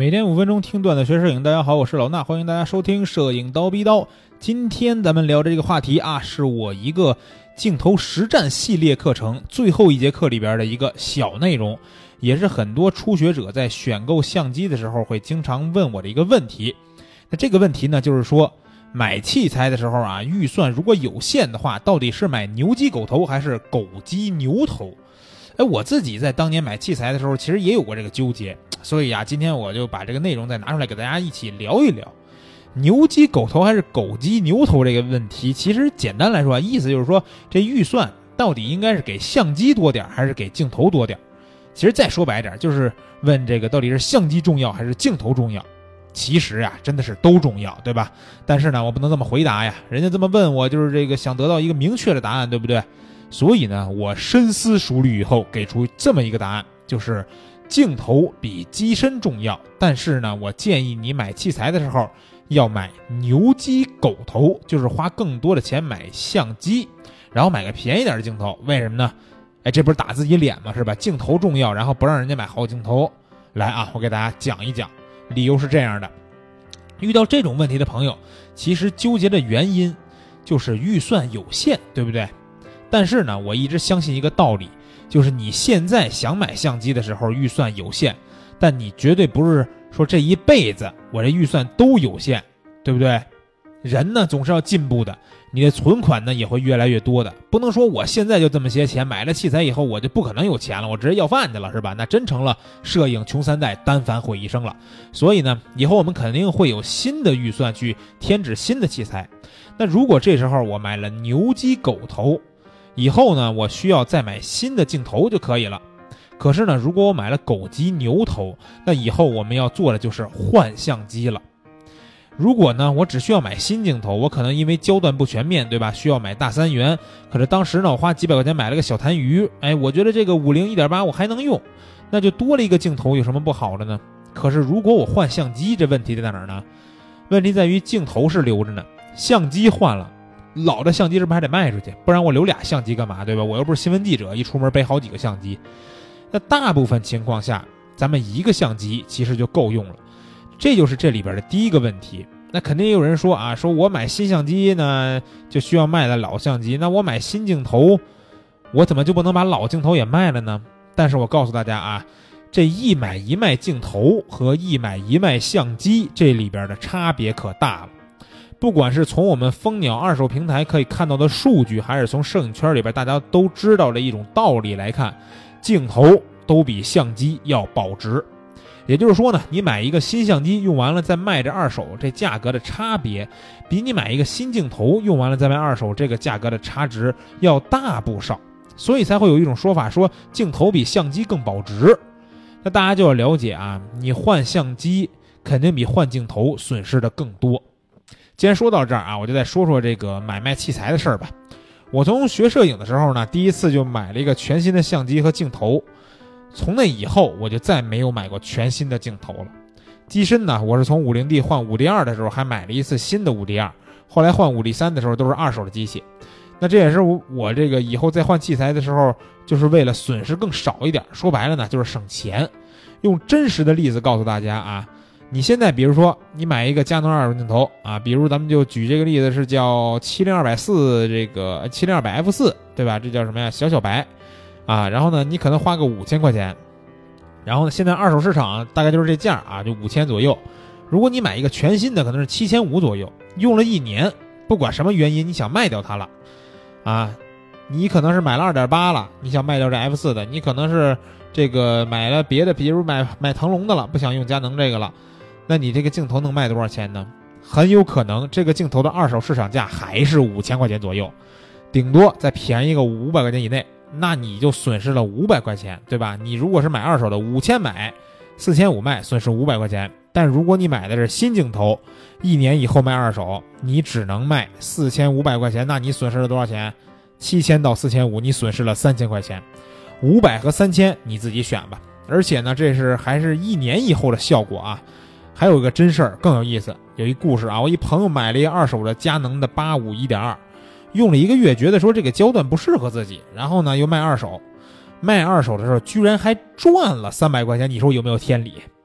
每天5分钟听段子学摄影，大家好，我是老衲，欢迎大家收听摄影刀逼刀。今天咱们聊的这个话题啊，是我一个镜头实战系列课程最后一节课里边的一个小内容，也是很多初学者在选购相机的时候会经常问我的一个问题。那这个问题呢，就是说买器材的时候啊，预算如果有限的话，到底是买牛机狗头还是狗机牛头？我自己在当年买器材的时候，其实也有过这个纠结，所以啊，今天我就把这个内容再拿出来给大家一起聊一聊。牛机狗头还是狗机牛头这个问题，其实简单来说啊，意思就是说这预算到底应该是给相机多点还是给镜头多点？其实再说白点，就是问这个到底是相机重要还是镜头重要？其实啊，真的是都重要，对吧？但是呢，我不能这么回答呀，人家这么问我，就是这个想得到一个明确的答案，对不对？所以呢，我深思熟虑以后给出这么一个答案，就是镜头比机身重要，但是呢，我建议你买器材的时候要买牛机狗头，就是花更多的钱买相机，然后买个便宜点的镜头。为什么呢？这不是打自己脸吗？是吧？镜头重要，然后不让人家买好镜头。来啊，我给大家讲一讲，理由是这样的。遇到这种问题的朋友，其实纠结的原因就是预算有限，对不对？但是呢，我一直相信一个道理，就是你现在想买相机的时候预算有限，但你绝对不是说这一辈子我这预算都有限，对不对？人呢总是要进步的，你的存款呢也会越来越多的，不能说我现在就这么些钱，买了器材以后我就不可能有钱了，我直接要饭去了，是吧？那真成了摄影穷三代，单反毁一生了。所以呢，以后我们肯定会有新的预算去添置新的器材。那如果这时候我买了牛机狗头，以后呢，我需要再买新的镜头就可以了。可是呢，如果我买了狗机牛头，那以后我们要做的就是换相机了。如果呢，我只需要买新镜头，我可能因为焦段不全面，对吧？需要买大3元。可是当时呢，我花几百块钱买了个小痰盂，我觉得这个50 1.8我还能用，那就多了一个镜头，有什么不好的呢？可是如果我换相机，这问题在哪儿呢？问题在于镜头是留着呢，相机换了。老的相机是不是还得卖出去？不然我留俩相机干嘛，对吧？我又不是新闻记者，一出门背好几个相机。那大部分情况下，咱们一个相机其实就够用了。这就是这里边的第一个问题。那肯定也有人说啊，说我买新相机呢，就需要卖了老相机。那我买新镜头，我怎么就不能把老镜头也卖了呢？但是我告诉大家啊，这一买一卖镜头和一买一卖相机，这里边的差别可大了。不管是从我们蜂鸟二手平台可以看到的数据，还是从摄影圈里边大家都知道的一种道理来看，镜头都比相机要保值。也就是说呢，你买一个新相机用完了再卖这二手，这价格的差别比你买一个新镜头用完了再卖二手这个价格的差值要大不少，所以才会有一种说法说镜头比相机更保值。那大家就要了解啊，你换相机肯定比换镜头损失的更多。既然说到这儿啊，我就再说说这个买卖器材的事儿吧。我从学摄影的时候呢，第一次就买了一个全新的相机和镜头，从那以后我就再没有买过全新的镜头了。机身呢，我是从 50D 换 5D2 的时候还买了一次新的 5D2， 后来换 5D3 的时候都是二手的机器。那这也是我这个以后再换器材的时候，就是为了损失更少一点，说白了呢就是省钱。用真实的例子告诉大家啊，你现在比如说你买一个佳能二手镜头啊，比如咱们就举这个例子是叫70-200-4这个70-200 F4， 对吧？这叫什么呀？小白啊。然后呢，你可能花个5000块钱，然后呢，现在二手市场大概就是这价啊，就5000左右。如果你买一个全新的，可能是7500左右，用了1年，不管什么原因，你想卖掉它了啊，你可能是买了 2.8 了，你想卖掉这 F4 的，你可能是这个买了别的，比如买腾龙的了，不想用佳能这个了。那你这个镜头能卖多少钱呢？很有可能这个镜头的二手市场价还是5000块钱左右，顶多再便宜个500块钱以内，那你就损失了500块钱，对吧？你如果是买二手的，5000买，4500卖，损失500块钱。但如果你买的是新镜头，1年以后卖二手，你只能卖4500块钱，那你损失了多少钱？7000到4500，你损失了3000块钱。500和3000你自己选吧。而且呢，这是还是1年以后的效果啊。还有一个真事儿更有意思，有一故事啊，我一朋友买了一二手的佳能的85 1.2， 用了1个月，觉得说这个焦段不适合自己，然后呢又卖二手的时候居然还赚了300块钱，你说有没有天理？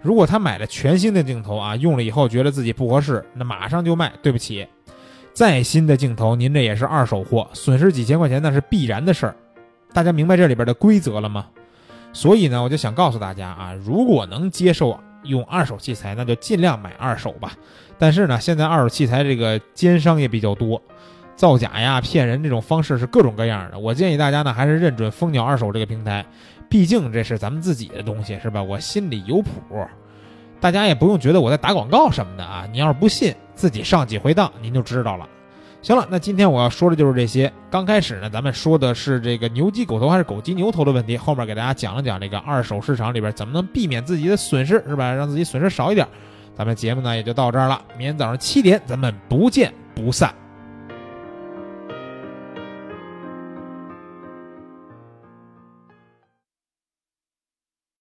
如果他买了全新的镜头啊，用了以后觉得自己不合适，那马上就卖，对不起。再新的镜头您这也是二手货，损失几千块钱那是必然的事儿。大家明白这里边的规则了吗？所以呢，我就想告诉大家啊，如果能接受用二手器材，那就尽量买二手吧。但是呢，现在二手器材这个奸商也比较多，造假呀、骗人这种方式是各种各样的。我建议大家呢，还是认准蜂鸟二手这个平台，毕竟这是咱们自己的东西，是吧？我心里有谱。大家也不用觉得我在打广告什么的啊，你要是不信，自己上几回当您就知道了。行了，那今天我要说的就是这些。刚开始呢，咱们说的是这个牛鸡狗头还是狗鸡牛头的问题，后面给大家讲了讲这个二手市场里边怎么能避免自己的损失，是吧？让自己损失少一点。咱们节目呢也就到这儿了，明天早上7点咱们不见不散。